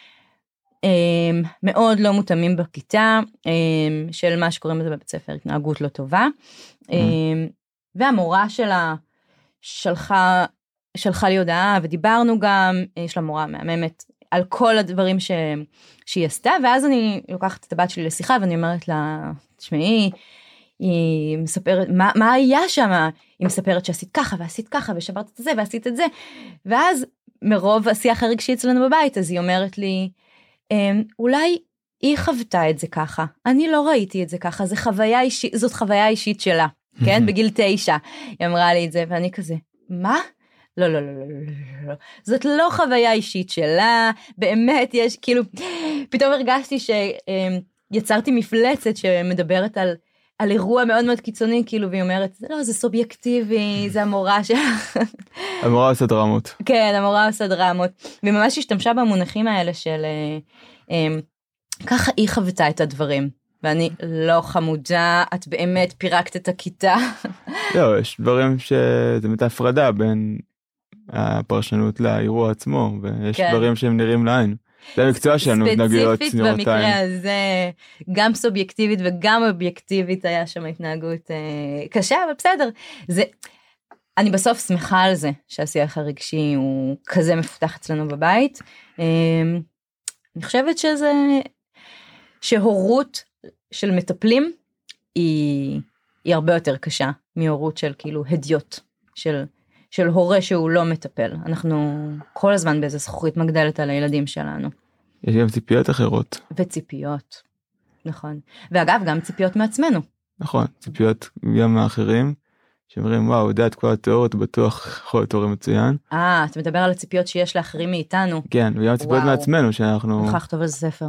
מאוד לא מותאמים בכיתה, של מה שקוראים לזה בבית ספר, התנהגות לא טובה. והמורה שלה שלחה לי הודעה, ודיברנו גם, יש לה מורה מהממת, על כל הדברים שהיא עשתה, ואז אני לוקחת את הבת שלי לשיחה, ואני אומרת לה, תשמעי, היא מספרת, מה היה שם? היא מספרת שעשית ככה, ועשית ככה, ושברת את זה, ועשית את זה, ואז מרוב השיח הרגשי אצלנו בבית, אז היא אומרת לי, אולי היא חוותה את זה ככה, אני לא ראיתי את זה ככה, זאת חוויה אישית שלה, כן? בגיל 9, היא אמרה לי את זה, ואני כזה, מה? לא, לא, לא, לא, לא, לא, זאת לא חוויה אישית שלה, באמת יש, כאילו, פתאום הרגשתי שיצרתי מפלצת שמדברת על אירוע מאוד מאוד קיצוני, כאילו, והיא אומרת, לא, זה סובייקטיבי, זה המורה שלך. המורה עושה דרמות. כן, המורה עושה דרמות, וממש השתמשה במונחים האלה של, ככה היא חוותה את הדברים, ואני לא חמודה, את באמת פירקת את הכיתה. לא, יש דברים שזה באמת הפרדה בין הפרשנות לאירוע עצמו, ויש דברים שהם נראים לעין. זה המקצוע שלנו, התנהגויות ספציפית במקרה הזה, גם סובייקטיבית וגם אובייקטיבית היה שם התנהגות קשה, אבל בסדר. אני בסוף שמחה על זה, שהשיח הרגשי הוא כזה מפותח אצלנו בבית. אני חושבת שהורות של מטפלים היא הרבה יותר קשה מהורות של כאילו הדיוט, של הורה שהוא לא מטפל. אנחנו כל הזמן באיזה זכוכית מגדלת על הילדים שלנו. יש גם ציפיות אחרות. וציפיות, נכון. ואגב, גם ציפיות מעצמנו. נכון, ציפיות גם מאחרים, שאומרים, וואו, יודעת כל התיאוריות, בטוח יכול להיות תיאוריה מצוין. אתה מדבר על הציפיות שיש לאחרים מאיתנו. כן, וגם ציפיות מעצמנו, שאנחנו... נוכח טוב על ספר.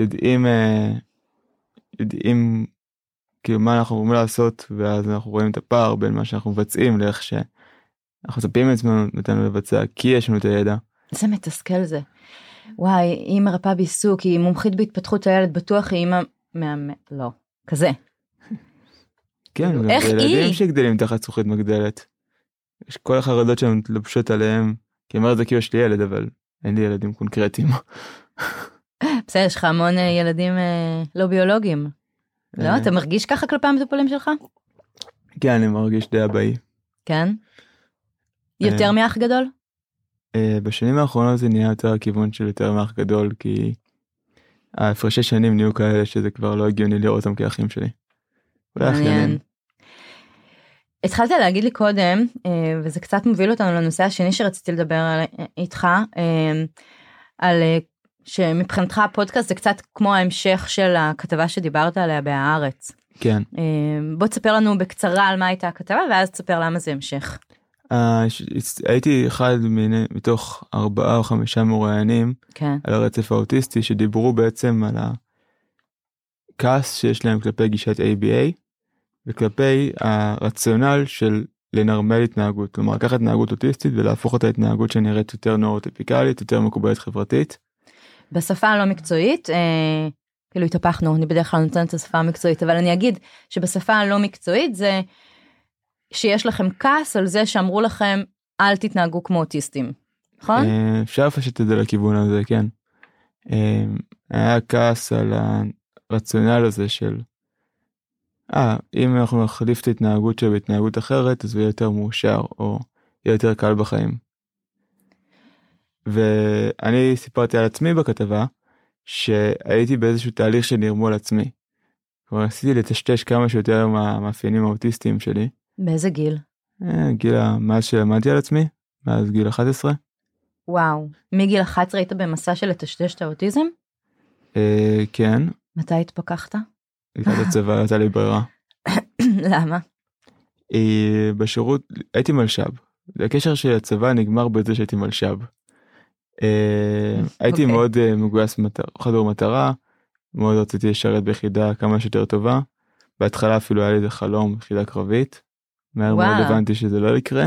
יודעים כאילו מה אנחנו רוצים לעשות, ואז אנחנו רואים את הפער בין מה שאנחנו מבצעים, לאיך שאנחנו מצפים לעצמנו נתנו לבצע, כי יש לנו את הידע. זה מתסכל זה. וואי, היא מרפאה בעיסוק, היא מומחית בהתפתחות הילד, בטוח היא אימא לא, כזה. כן, איך היא? ילדים שגדלים תחת זכוכית מגדלת. יש כל החרדות שהן מתלבשות עליהם, כי אמרת זה כי יש לי ילד, אבל אין לי ילדים קונקרטיים. בסדר, יש לך המון ילדים לא ביולוגיים. לא, אתה מרגיש ככה כלפי המטופלים שלך? כן, אני מרגיש די אבאי. כן? יותר מאח גדול? בשנים האחרונות זה נהיה יותר הכיוון של יותר מאח גדול, כי ההפרשי שנים נהיו כאלה שזה כבר לא הגיוני לראות אותם כאחים שלי. מעניין. התחלת להגיד לי קודם, וזה קצת מוביל אותנו לנושא השני שרציתי לדבר איתך, על שמבחינתך הפודקאסט זה קצת כמו ההמשך של הכתבה שדיברת עליה בהארץ. כן. בוא תספר לנו בקצרה על מה הייתה הכתבה, ואז תספר למה זה המשך. הייתי אחד מתוך 4 או 5 מרואיינים על הרצף האוטיסטי, שדיברו בעצם על הכעס שיש להם כלפי גישת ABA, וכלפי הרציונל של לנרמל התנהגות, כלומר לקחת התנהגות אוטיסטית ולהפוך אותה התנהגות שנראית יותר נורוטיפיקלית, יותר מקובלת חברתית. בשפה הלא מקצועית, כאילו התהפכנו, אני בדרך כלל נותנת את השפה המקצועית, אבל אני אגיד שבשפה הלא מקצועית זה שיש לכם כעס על זה שאמרו לכם אל תתנהגו כמו אוטיסטים, נכון? אפשר לפשט את זה לכיוון הזה, כן. היה כעס על הרציונל הזה של אם אנחנו נחליף את ההתנהגות שלו בהתנהגות אחרת, אז הוא יהיה יותר מאושר, או יהיה יותר קל בחיים. ואני סיפרתי על עצמי בכתבה, שהייתי באיזשהו תהליך של נרמול עצמי. כלומר, עשיתי לטשטש כמה שיותר מהמאפיינים האוטיסטיים שלי. באיזה גיל? מאז שלמדתי על עצמי, מאז גיל 11. וואו, מגיל 11 היית במסע של לטשטש את האוטיזם? כן. מתי התפכחת? לקראת הצבא, הייתה לי ברירה. למה? בשירות, הייתי מלשב. הקשר של הצבא נגמר בזה שהייתי מלשב. הייתי מאוד מגויס חדור מטרה, מאוד רציתי לשרת ביחידה כמה שיותר טובה. בהתחלה אפילו היה לי איזה חלום, יחידה קרבית. מהר מאוד הבנתי שזה לא יקרה.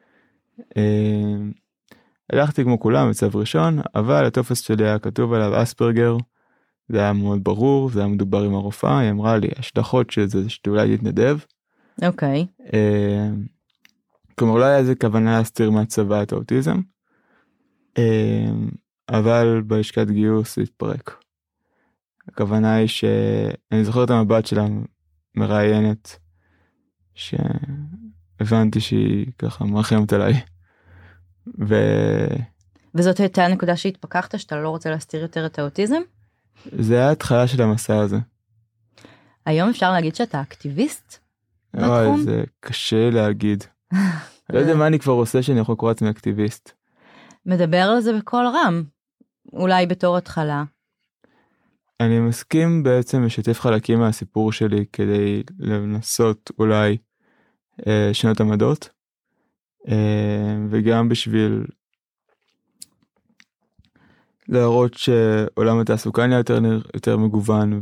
הלכתי כמו כולם בצו ראשון, אבל הטופס שלי היה כתוב עליו אספרגר. זה היה מאוד ברור, זה היה מדובר עם הרופאה, היא אמרה לי, השלכות של זה שאולי תתנדב. אוקיי. כלומר, לא היה איזה כוונה להסתיר מהצבא את האוטיזם, אבל בלשכת גיוס זה התפרק. הכוונה היא שאני זוכר את המבט שלה מראיינת, שהבנתי שהיא ככה מרחמת עליי. וזאת הייתה הנקודה שהתפכחת, שאתה לא רוצה להסתיר יותר את האוטיזם? זה היה התחלה של המסע הזה. היום אפשר להגיד שאתה אקטיביסט? אוי, זה קשה להגיד. לא יודע מה אני כבר עושה שאני יכול לקרוא עצמי אקטיביסט. מדבר על זה בכל רם, אולי בתור התחלה. אני מסכים בעצם לשתף חלקים מהסיפור שלי כדי לנסות אולי שנות עמדות, וגם בשביל להראות שעולם התעסוקה נהיה יותר מגוון,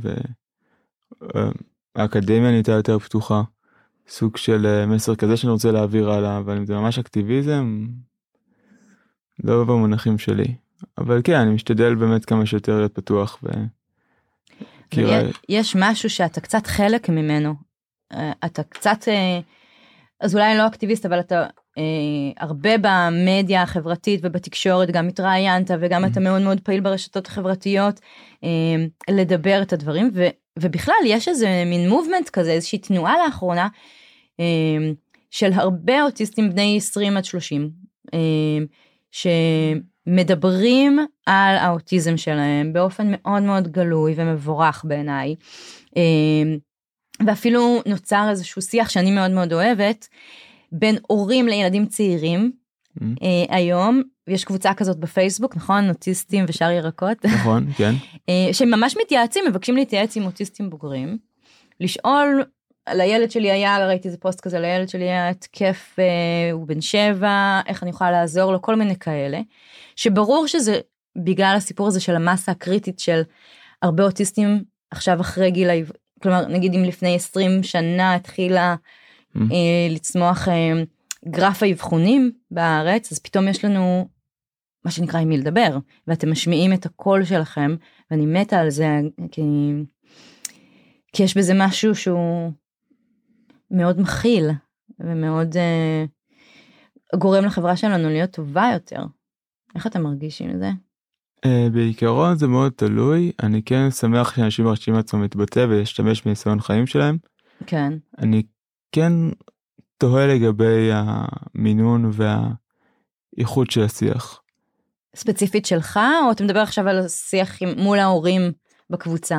והאקדמיה נהייתה יותר פתוחה, סוג של מסר כזה שאני רוצה להעביר הלאה, אבל אם זה ממש אקטיביזם, לא במונחים שלי. אבל כן, אני משתדל באמת כמה שיותר להיות פתוח. יש משהו שאתה קצת חלק ממנו, אתה קצת, אז אולי לא אקטיביסט, אבל אתה הרבה במדיה החברתית ובתקשורת, גם התראיינת וגם אתה מאוד מאוד פעיל ברשתות החברתיות, לדבר את הדברים, ובכלל יש איזה מין מובמנט כזה, איזושהי תנועה לאחרונה, של הרבה אוטיסטים בני 20 עד 30, שמדברים על האוטיזם שלהם באופן מאוד מאוד גלוי ומבורך בעיניי, ואפילו נוצר איזשהו שיח שאני מאוד מאוד אוהבת, בין הורים לילדים צעירים, היום, יש קבוצה כזאת בפייסבוק, נכון? אוטיסטים ושאר ירקות. נכון, כן. שממש מתייעצים, מבקשים להתייעץ עם אוטיסטים בוגרים, לשאול, לילד שלי היה, ראיתי איזה פוסט כזה, לילד שלי היה התקף, הוא בן 7, איך אני יכולה לעזור לו, כל מיני כאלה, שברור שזה בגלל הסיפור הזה של המסה הקריטית של הרבה אוטיסטים, עכשיו אחרי גיל, כלומר נגיד אם לפני 20 שנה התחילה לצמוח גרף האבחונים בארץ, אז פתאום יש לנו מה שנקרא עם מי לדבר, ואתם משמיעים את הקול שלכם, ואני מתה על זה, כי יש בזה משהו שהוא מאוד מכיל, ומאוד גורם לחברה שלנו להיות טובה יותר. איך אתה מרגיש עם זה? בעיקרון זה מאוד תלוי, אני כן שמח שאנשים מרשים עצמם להתבטא ולהשתמש מניסיון חיים שלהם. כן. אני כן תוהה לגבי המינון והאיכות של השיח. ספציפית שלך, או אתה מדבר עכשיו על שיח מול ההורים בקבוצה?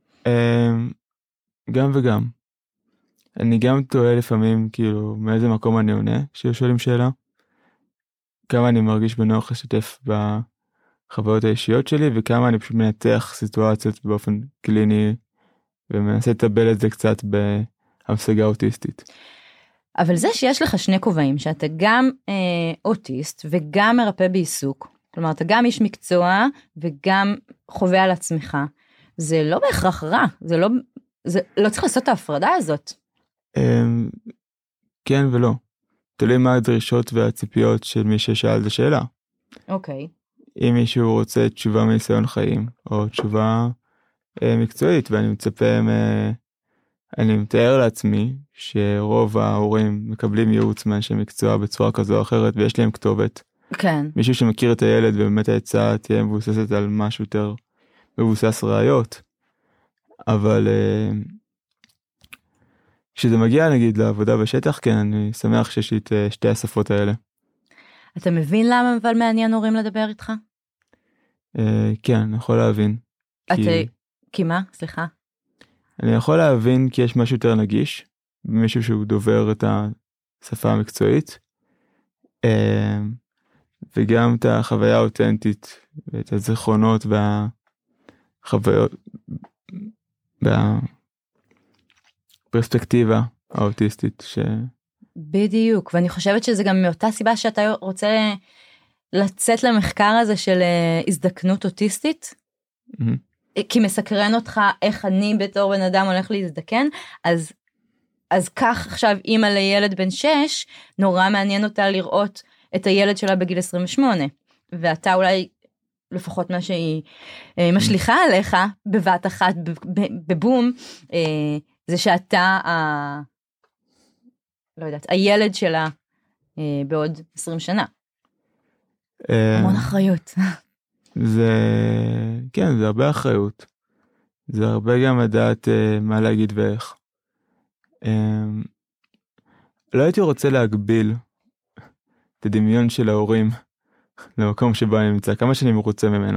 גם וגם. אני גם תוהה לפעמים כאילו מאיזה מקום אני עונה כששואלים שאלה. כמה אני מרגיש בנוח לשתף בחוויות האישיות שלי, וכמה אני פשוט מנתח סיטואציות באופן קליני, ומנסה לטבל את זה קצת בהמשגה אוטיסטית. אבל זה שיש לך שני כובעים, שאתה גם אוטיסט וגם מרפא בעיסוק, כלומר אתה גם איש מקצוע וגם חווה על עצמך, זה לא בהכרח רע, זה לא צריך לעשות את ההפרדה הזאת. כן ולא. תלוי מה הדרישות והציפיות של מי ששאל את השאלה. אוקיי. אם מישהו רוצה תשובה מניסיון חיים, או תשובה מקצועית, ואני מצפה, אני מתאר לעצמי שרוב ההורים מקבלים ייעוץ מאנשי מקצוע בצורה כזו או אחרת, ויש להם כתובת. כן. מישהו שמכיר את הילד, ובאמת ההצעה תהיה מבוססת על משהו יותר מבוסס ראיות. אבל כשזה מגיע נגיד לעבודה בשטח, כן, אני שמח שיש לי את שתי השפות האלה. אתה מבין למה אבל מעניין הורים לדבר איתך? כן, אני יכול להבין. כי מה? סליחה. אני יכול להבין כי יש משהו יותר נגיש, מישהו שהוא דובר את השפה המקצועית, וגם את החוויה האותנטית, ואת הזיכרונות והחוויות, והפרספקטיבה האוטיסטית. בדיוק, ואני חושבת שזה גם מאותה סיבה שאתה רוצה לצאת למחקר הזה של הזדקנות אוטיסטית, כי מסקרן אותך איך אני בתור בן אדם הולך להזדקן, אז כך עכשיו אמא לילד בן 6, נורא מעניין אותה לראות את הילד שלה בגיל 28, ואתה אולי, לפחות מה שהיא משליחה עליך, בבת אחת, בבום, זה שאתה, לא יודעת, הילד שלה בעוד 20 שנה. המון אחריות. כן, זה הרבה אחריות. זה הרבה גם לדעת מה להגיד ואיך. לא הייתי רוצה להגביל את הדמיון של ההורים למקום שבו אני נמצא, כמה שאני מרוצה ממנו.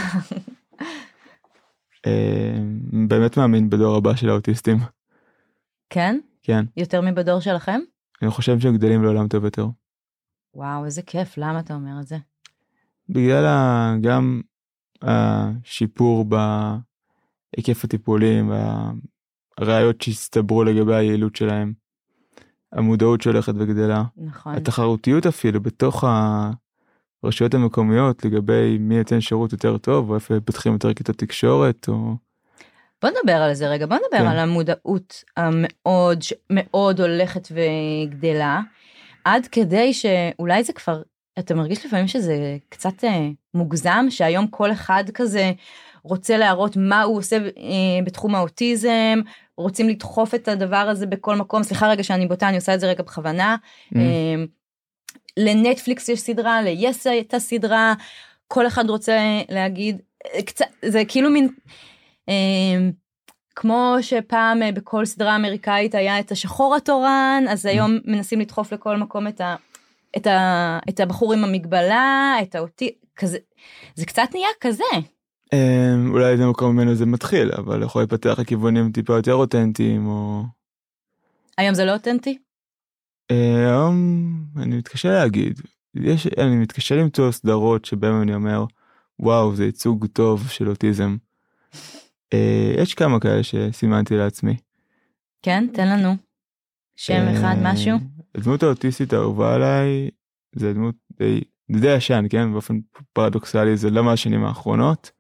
באמת מאמין בדור הבא של האוטיסטים. כן? כן. יותר מבדור שלכם? אני חושב שהם גדלים לעולם טוב יותר. וואו, איזה כיף, למה אתה אומר את זה? בגלל גם השיפור בהיקף הטיפולים, והראיות שהסתברו לגבי היעילות שלהם, המודעות שהולכת וגדלה, נכון. התחרותיות אפילו בתוך הרשויות המקומיות לגבי מי ייתן שירות יותר טוב, או איפה פותחים יותר כיתות תקשורת, או... בוא נדבר על זה רגע, בוא נדבר על המודעות המאוד מאוד הולכת וגדלה, עד כדי שאולי זה כבר, אתה מרגיש לפעמים שזה קצת מוגזם, שהיום כל אחד כזה רוצה להראות מה הוא עושה בתחום האוטיזם, רוצים לדחוף את הדבר הזה בכל מקום, סליחה רגע שאני בוטה, אני עושה את זה רגע בכוונה, לנטפליקס יש סדרה, ליס הייתה סדרה, כל אחד רוצה להגיד, זה כאילו מין... כמו שפעם בכל סדרה אמריקאית היה את השחור התורן, אז היום מנסים לדחוף לכל מקום את הבחור עם המגבלה, את האותי, כזה, זה קצת נהיה כזה. אולי זה מקום ממנו זה מתחיל, אבל יכול לפתח לכיוונים טיפה יותר אותנטיים, או... היום זה לא אותנטי? היום אני מתקשה להגיד. אני מתקשה למצוא סדרות שבהם אני אומר, וואו, זה ייצוג טוב של אוטיזם. יש כמה כאלה שסימנתי לעצמי. כן, תן לנו. שם אחד, משהו? הדמות האוטיסטית האהובה עליי, זה דמות די ישן, כן? באופן פרדוקסלי, זה לא מהשנים האחרונות.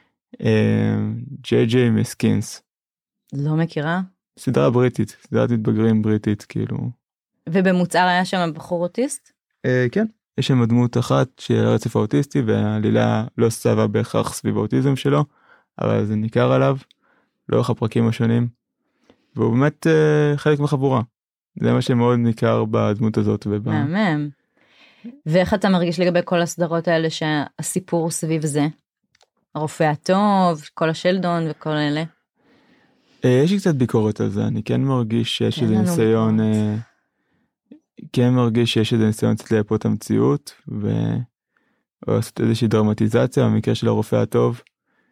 ג'יי מסקינס. לא מכירה? סדרה בריטית, סדרת מתבגרים בריטית, כאילו. ובמוצר היה שם בחור אוטיסט? כן, יש שם דמות אחת של הרצף האוטיסטי, והעלילה לא סבבה בהכרח סביב האוטיזם שלו, אבל זה ניכר עליו, לאורך הפרקים השונים, והוא באמת חלק מחבורה. זה מה שמאוד ניכר בדמות הזאת. מהמם. ואיך אתה מרגיש לגבי כל הסדרות האלה שהסיפור סביב זה? הרופא הטוב, כל השלדון וכל אלה. יש לי קצת ביקורת על זה, אני כן מרגיש שיש איזה ניסיון, כן מרגיש שיש איזה ניסיון קצת לייפות את המציאות, או לעשות איזושהי דרמטיזציה במקרה של הרופא הטוב,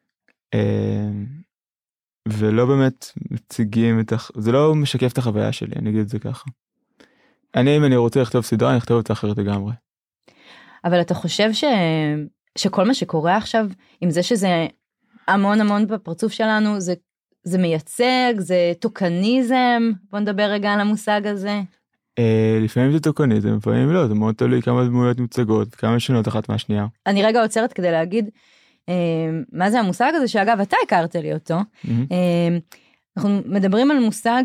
ולא באמת מציגים זה לא משקף את החוויה שלי, אני אגיד את זה ככה. אם אני רוצה לכתוב סדרה, אני אכתוב אותה אחרת לגמרי. אבל אתה חושב שכל מה שקורה עכשיו, עם זה שזה המון בפרצוף שלנו, זה מייצג, זה טוקניזם? בוא נדבר רגע על המושג הזה. לפעמים זה טוקניזם, לפעמים לא, זה מאוד תלוי כמה דמויות מוצגות, כמה שונות אחת מהשנייה. אני רגע עוצרת כדי להגיד, מה זה המושג הזה, שאגב, אתה הכרת לי אותו. אנחנו מדברים על מושג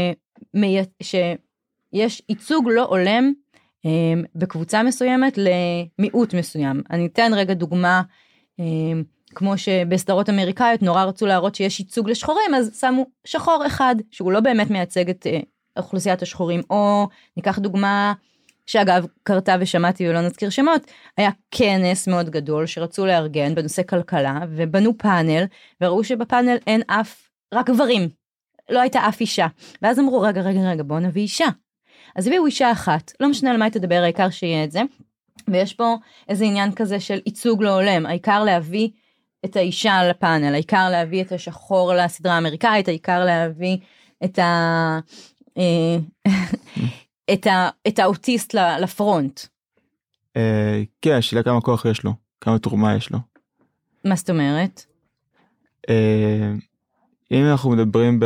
שיש ייצוג לא הולם, בקבוצה מסוימת למיעוט מסוים. אני אתן רגע דוגמה, כמו שבסדרות אמריקאיות נורא רצו להראות שיש ייצוג לשחורים, אז שמו שחור אחד, שהוא לא באמת מייצג את אוכלוסיית השחורים, או ניקח דוגמה, שאגב קרתה ושמעתי ולא נזכיר שמות, היה כנס מאוד גדול שרצו לארגן בנושא כלכלה, ובנו פאנל, וראו שבפאנל אין רק גברים, לא הייתה אף אישה, ואז אמרו רגע, בואו נביא אישה. אז הביאו אישה אחת, לא משנה על מה היא תדבר, העיקר שיהיה את זה, ויש פה איזה עניין כזה של ייצוג לא הולם, העיקר להביא את האישה לפאנל, העיקר להביא את השחור לסדרה האמריקאית, העיקר להביא את האוטיסט לפרונט. כן, השאלה כמה כוח יש לו, כמה תרומה יש לו. מה זאת אומרת? אם אנחנו מדברים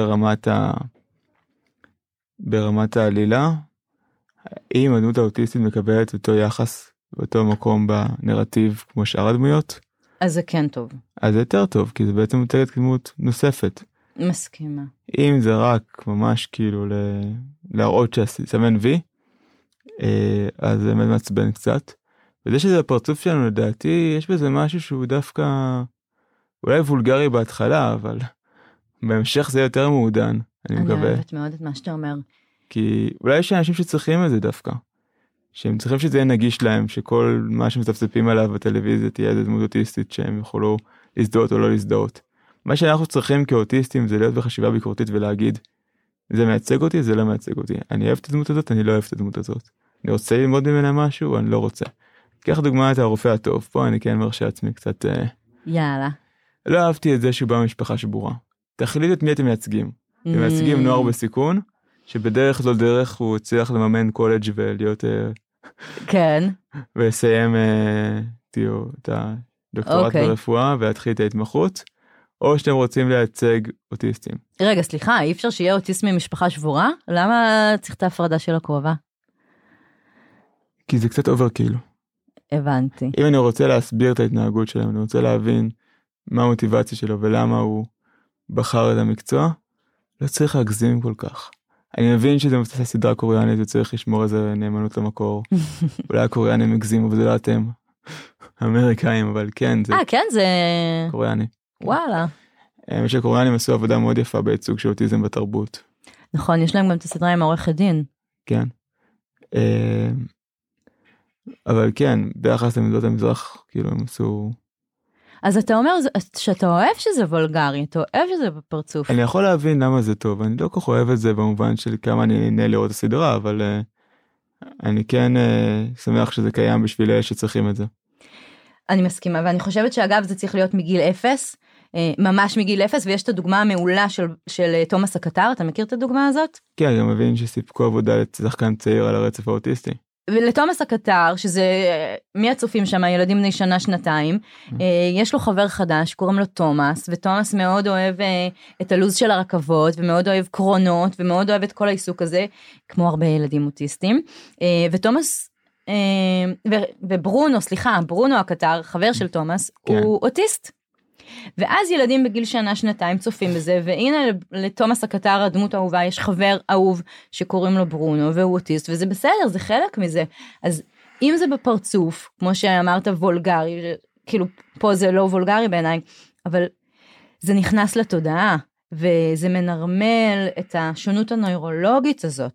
ברמת העלילה, אם הדמות האוטיסטית מקבלת אותו יחס, אותו מקום בנרטיב כמו שאר הדמויות, אז זה כן טוב. אז זה יותר טוב, כי זה בעצם מוצגת כדמות נוספת. מסכימה. אם זה רק ממש כאילו להראות שסמן וי, אז זה באמת מעצבן קצת. וזה שזה הפרצוף שלנו, לדעתי, יש בזה משהו שהוא דווקא אולי וולגרי בהתחלה, אבל בהמשך זה יותר מעודן, אני מקווה. אני אוהבת מאוד את מה שאתה אומר. כי אולי יש אנשים שצריכים את זה דווקא. שהם צריכים שזה יהיה נגיש להם, שכל מה שמצפצפים עליו בטלוויזיה תהיה איזה דמות אוטיסטית שהם יכולו להזדהות או לא להזדהות. מה שאנחנו צריכים כאוטיסטים זה להיות בחשיבה ביקורתית ולהגיד, זה מייצג אותי, זה לא מייצג אותי. אני אוהב את הדמות הזאת, אני לא אוהב את הדמות הזאת. אני רוצה ללמוד ממנה משהו, אני לא רוצה. קח דוגמה את הרופא הטוב, פה אני כן מרשה עצמי קצת... יאללה. לא אהבתי את זה שהוא בא ממשפחה שבורה. תחליט את מי אתם מייצגים. אתם מייצגים נוער בסיכון, שבדרך זו דרך הוא הצליח לממן קולג' ולהיות... כן. ולסיים את הדוקטורט ברפואה, ולהתחיל את ההתמחות, או שאתם רוצים לייצג אוטיסטים. רגע, סליחה, אי אפשר שיהיה אוטיסט ממשפחה שבורה? למה צריך את ההפרדה של הכובע? כי זה קצת אוברקיל. הבנתי. אם אני רוצה להסביר את ההתנהגות שלהם, אני רוצה להבין מה המוטיבציה שלו, ולמה הוא בחר את המקצוע, לא צריך להגזים כל כך. אני מבין שזה מבוסס סדרה קוריאנית, וצריך לשמור איזה נאמנות למקור. אולי הקוריאנים הגזימו, וזה לא אתם. האמריקאים, אבל כן, זה... כן, זה... קוריאני. וואלה. שהקוריאנים עשו עבודה מאוד יפה בייצוג של אוטיזם בתרבות. נכון, יש להם גם את הסדרה עם עורכת דין. כן. אבל כן, ביחס למדינות המזרח, כאילו הם עשו... אז אתה אומר שאתה אוהב שזה וולגרי, אתה אוהב שזה בפרצוף. אני יכול להבין למה זה טוב, אני לא כל כך אוהב את זה במובן של כמה אני נהנה לראות את הסדרה, אבל אני כן שמח שזה קיים בשביל אלה שצריכים את זה. אני מסכימה, ואני חושבת שאגב זה צריך להיות מגיל 0, ממש מגיל 0, ויש את הדוגמה המעולה של תומאס הקטר, אתה מכיר את הדוגמה הזאת? כן, אני גם מבין שסיפקו עבודה לשחקן צעיר על הרצף האוטיסטי. ולתומאס הקטר, שזה מי הצופים שם, ילדים בני שנה, שנתיים, יש לו חבר חדש, קוראים לו תומאס, ותומאס מאוד אוהב את הלוז של הרכבות, ומאוד אוהב קרונות, ומאוד אוהב את כל העיסוק הזה, כמו הרבה ילדים אוטיסטים, ותומאס, וברונו, סליחה, ברונו הקטר, חבר של תומאס, הוא אוטיסט. ואז ילדים בגיל שנה, שנתיים צופים בזה, והנה לתומאס הקטר, הדמות האהובה, יש חבר אהוב שקוראים לו ברונו, והוא אוטיסט, וזה בסדר, זה חלק מזה. אז אם זה בפרצוף, כמו שאמרת וולגרי, כאילו פה זה לא וולגרי בעיניי, אבל זה נכנס לתודעה, וזה מנרמל את השונות הנוירולוגית הזאת.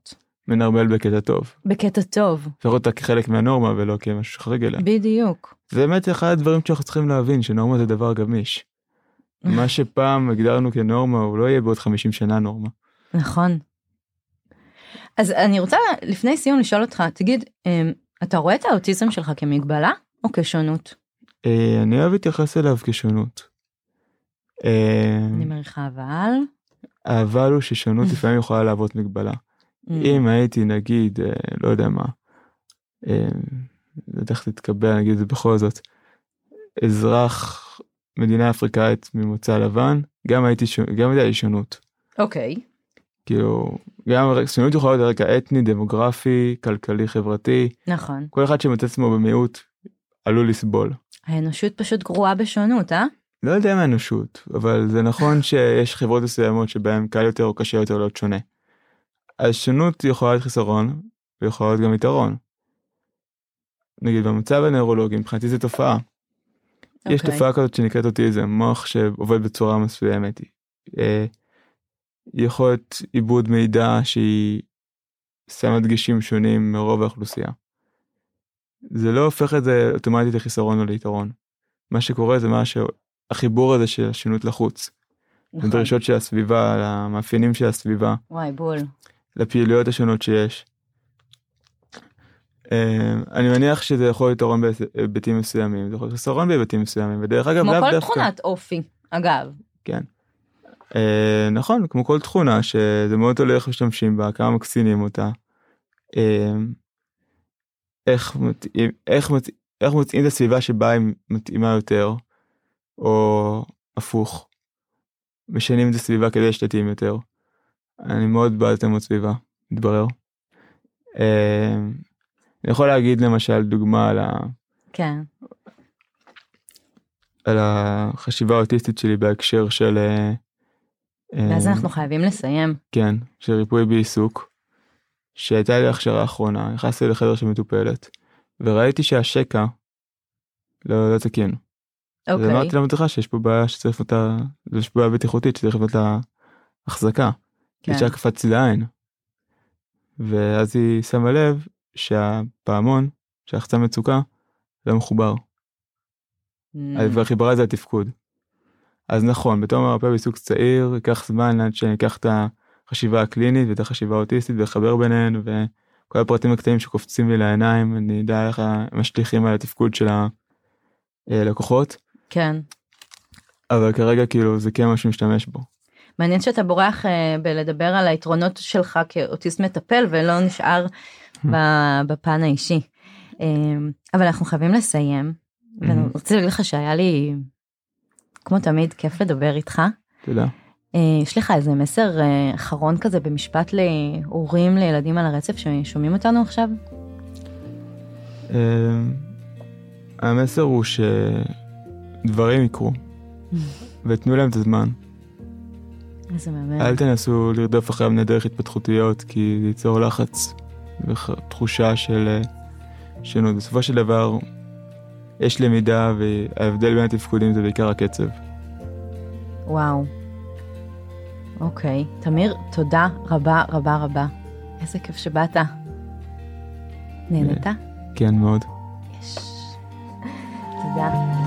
מנרמל בקטע טוב. בקטע טוב. צריך אותה כחלק מהנורמה ולא כמשהו שחריג אליה. בדיוק. זה באמת אחד הדברים שאנחנו צריכים להבין, שנורמה זה דבר גמיש. מה שפעם הגדרנו כנורמה, הוא לא יהיה בעוד 50 שנה נורמה. נכון. אז אני רוצה לפני סיום לשאול אותך, תגיד, אתה רואה את האוטיזם שלך כמגבלה או כשונות? אני אוהב להתייחס אליו כשונות. אני מעריכה אבל. אבל הוא ששונות לפעמים יכולה להוות מגבלה. אם הייתי נגיד, לא יודע מה, לא יודע איך תתקבל, נגיד זה בכל זאת, אזרח מדינה אפריקאית ממוצא לבן, גם הייתי שונות. אוקיי. כאילו, גם שונות יכולה להיות רקע אתני, דמוגרפי, כלכלי, חברתי. נכון. כל אחד שמוצא עצמו במיעוט עלול לסבול. האנושות פשוט גרועה בשונות, אה? לא יודע מה האנושות, אבל זה נכון שיש חברות מסוימות שבהן קל יותר או קשה יותר להיות שונה. אז שונות יכולה להיות חיסרון, ויכולה להיות גם יתרון. נגיד, במצב הנוירולוגי, מבחינתי זה תופעה. יש תופעה כזאת שנקראת אוטיזם, מוח שעובד בצורה מסוימת. יכול להיות עיבוד מידע שהיא שמה דגשים שונים מרוב האוכלוסייה. זה לא הופך את זה אוטומטית לחיסרון או ליתרון. מה שקורה זה החיבור הזה של השונות לחוץ. נכון. לדרישות של הסביבה, למאפיינים של הסביבה. וואי, בול. לפעילויות השונות שיש. אני מניח שזה יכול יתרון בהיבטים מסוימים, זה יכול חיסרון בהיבטים מסוימים, ודרך אגב כמו כל תכונת אופי, אגב. כן. נכון, כמו כל תכונה, שזה מאוד תלוי איך משתמשים בה, כמה מקצינים אותה. איך מוצאים את הסביבה שבה היא מתאימה יותר, או הפוך. משנים את הסביבה כדי שתתאים יותר. אני מאוד בעד לתאמות סביבה, מתברר. אני יכול להגיד למשל דוגמה כן. על החשיבה האוטיסטית שלי בהקשר של... ואז אנחנו חייבים לסיים. כן, של ריפוי בעיסוק, שהייתה לי הכשרה האחרונה, נכנסתי לחדר של מטופלת, וראיתי שהשקע לא תקין. אז אמרתי למדריכה שיש פה בעיה שצריך אותה, יש בעיה בטיחותית שצריך אותה החזקה. כי יש קפץ לעין. ואז היא שמה לב שהפעמון, שהחצן מצוקה, לא מחובר. והחיברה זה התפקוד. אז נכון, בתור מרפא בעיסוק צעיר, ייקח זמן עד שאני אקח את החשיבה הקלינית ואת החשיבה האוטיסטית ולחבר ביניהן, וכל הפרטים הקטנים שקופצים לי לעיניים, אני יודע איך משליכים על התפקוד של הלקוחות. כן. אבל כרגע כאילו זה כן משהו משתמש בו. מעניין שאתה בורח בלדבר על היתרונות שלך כאוטיסט מטפל, ולא נשאר בפן האישי. אבל אנחנו חייבים לסיים, ואני רוצה להגיד לך שהיה לי, כמו תמיד, כיף לדבר איתך. תודה. יש לך איזה מסר אחרון כזה במשפט להורים, לילדים על הרצף ששומעים אותנו עכשיו? המסר הוא שדברים יקרו, ותנו להם את הזמן. איזה מאמן. אל תנסו לרדוף אחרי אבני דרך התפתחותיות, כי זה ייצור לחץ ותחושה של שונות. בסופו של דבר, יש למידה, וההבדל בין התפקודים זה בעיקר הקצב. וואו. אוקיי. תמיר, תודה רבה רבה רבה. איזה כיף שבאת. נהנית? כן, מאוד. יש. תודה.